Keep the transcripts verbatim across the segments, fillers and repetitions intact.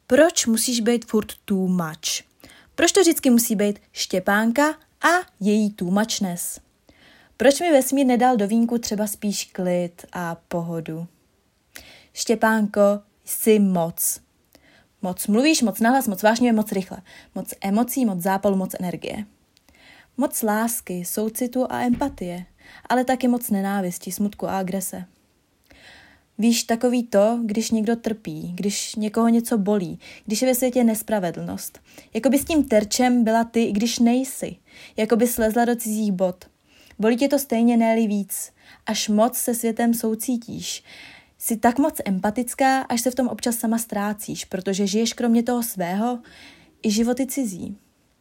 Proč musíš být furt too much? Proč to vždycky musí být Štěpánka a její too muchness? Proč mi vesmír nedal do vínku třeba spíš klid a pohodu? Štěpánko, jsi moc. Moc mluvíš, moc nahlas, moc vážně, moc rychle. Moc emocí, moc zápalu, moc energie. Moc lásky, soucitu a empatie, ale taky moc nenávisti, smutku a agrese. Víš, takový to, když někdo trpí, když někoho něco bolí, když je ve světě nespravedlnost. Jakoby s tím terčem byla ty, i když nejsi. Jakoby slezla do cizích bod. Bolí tě to stejně, ne-li víc. Až moc se světem soucítíš. Jsi tak moc empatická, až se v tom občas sama ztrácíš, protože žiješ kromě toho svého i životy cizí.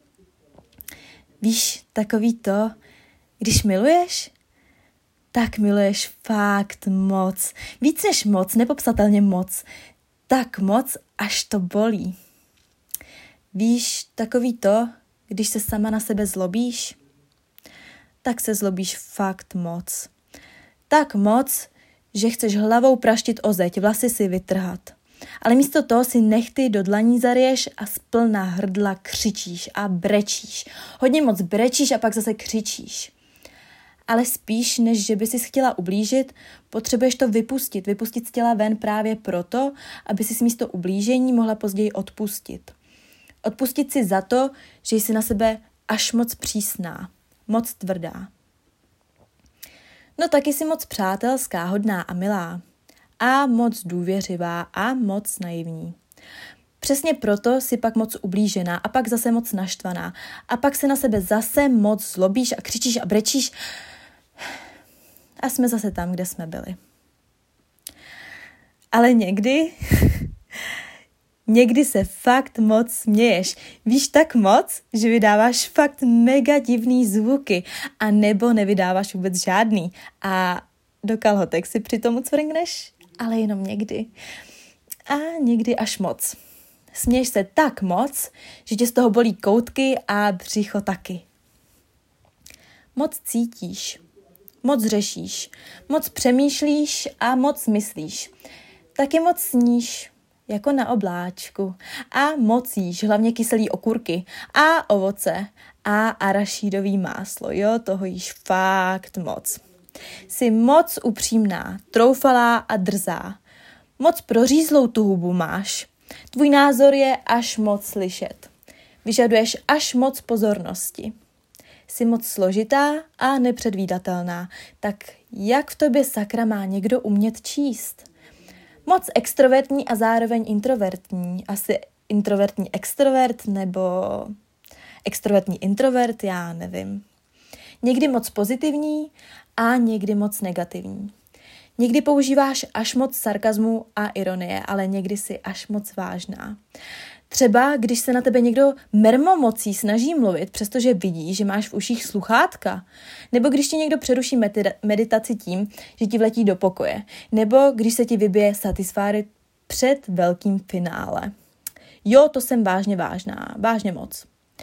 Víš, takový to, když miluješ, tak miluješ fakt moc. Víc než moc, nepopsatelně moc. Tak moc, až to bolí. Víš, takový to, když se sama na sebe zlobíš, tak se zlobíš fakt moc. Tak moc, že chceš hlavou praštit o zeď, vlasy si vytrhat. Ale místo toho si nechty do dlaní zariješ a z plna hrdla křičíš a brečíš. Hodně moc brečíš a pak zase křičíš. Ale spíš, než že by si chtěla ublížit, potřebuješ to vypustit. Vypustit z těla ven právě proto, aby si místo ublížení mohla později odpustit. Odpustit si za to, že jsi na sebe až moc přísná, moc tvrdá. No taky jsi moc přátelská, hodná a milá. A moc důvěřivá a moc naivní. Přesně proto si pak moc ublížená a pak zase moc naštvaná. A pak se na sebe zase moc zlobíš a křičíš a brečíš. A jsme zase tam, kde jsme byli. Ale někdy, někdy se fakt moc směješ. Víš tak moc, že vydáváš fakt mega divný zvuky a nebo nevydáváš vůbec žádný. A do kalhotek si přitom ucvrngneš, ale jenom někdy. A někdy až moc. Směješ se tak moc, že tě z toho bolí koutky a břicho taky. Moc cítíš, moc řešíš, moc přemýšlíš a moc myslíš. Taky moc sníš, jako na obláčku. A moc jíš, hlavně kyselý okurky a ovoce a arašídový máslo. Jo, toho jíš fakt moc. Jsi moc upřímná, troufalá a drzá. Moc prořízlou tu hubu máš. Tvůj názor je až moc slyšet. Vyžaduješ až moc pozornosti. Jsi moc složitá a nepředvídatelná. Tak jak v tobě sakra má někdo umět číst? Moc extrovertní a zároveň introvertní. Asi introvertní extrovert nebo extrovertní introvert, já nevím. Někdy moc pozitivní a někdy moc negativní. Někdy používáš až moc sarkazmu a ironie, ale někdy si až moc vážná. Třeba, když se na tebe někdo mermomocí snaží mluvit, přestože vidí, že máš v uších sluchátka. Nebo když ti někdo přeruší meditaci tím, že ti vletí do pokoje. Nebo když se ti vybije satisfáry před velkým finále. Jo, to jsem vážně vážná, vážně moc.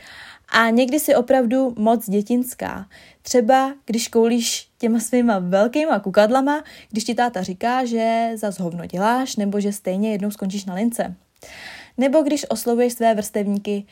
A někdy si opravdu moc dětinská. Třeba, když koulíš těma svýma velkýma kukadlama, když ti táta říká, že zas hovno děláš, nebo že stejně jednou skončíš na lince. Nebo když oslovuješ své vrstevníky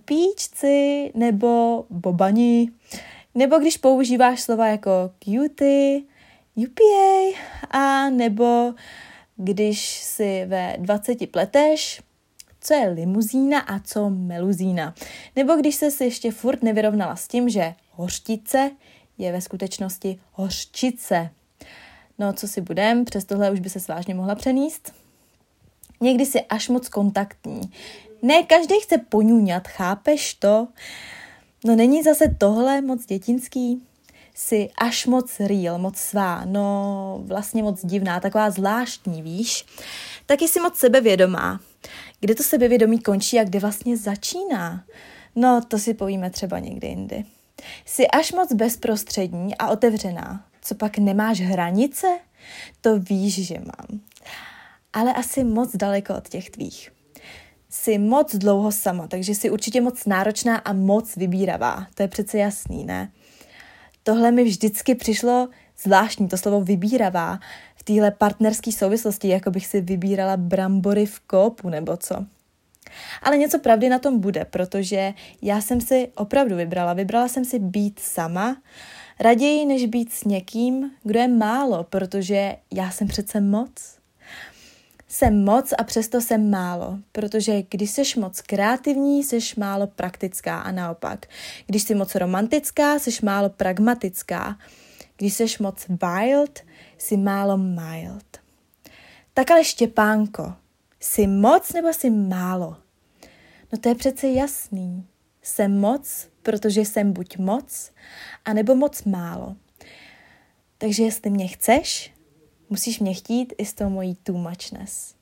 pupíčci nebo bobani. Nebo když používáš slova jako cutie, upá, a nebo když si ve dvaceti pleteš, co je limuzína a co meluzína. Nebo když se si ještě furt nevyrovnala s tím, že hořtice je ve skutečnosti hořčice. No, co si budem, přes tohle už by se vážně mohla přenést. Někdy si až moc kontaktní. Ne každý chce poňuňat, chápeš to? No není zase tohle moc dětinský? Jsi až moc real, moc svá, no vlastně moc divná, taková zvláštní, víš? Taky jsi moc sebevědomá. Kde to sebevědomí končí a kde vlastně začíná? No, to si povíme třeba někdy jindy. Jsi až moc bezprostřední a otevřená. Co pak nemáš hranice? To víš, že mám. Ale asi moc daleko od těch tvých. Jsi moc dlouho sama, takže jsi určitě moc náročná a moc vybíravá. To je přece jasný, ne? Tohle mi vždycky přišlo zvláštní, to slovo vybíravá, v téhle partnerské souvislosti, jako bych si vybírala brambory v kópu nebo co. Ale něco pravdy na tom bude, protože já jsem si opravdu vybrala. Vybrala jsem si být sama, raději než být s někým, kdo je málo, protože já jsem přece moc. Jsem moc a přesto jsem málo, protože když jsi moc kreativní, jsi málo praktická a naopak. Když jsi moc romantická, jsi málo pragmatická. Když jsi moc wild, jsi málo mild. Tak ale Štěpánko, jsi moc nebo jsi málo? No to je přece jasný. Jsem moc, protože jsem buď moc, anebo moc málo. Takže jestli mě chceš, musíš mě chtít i s tou mojí too muchness.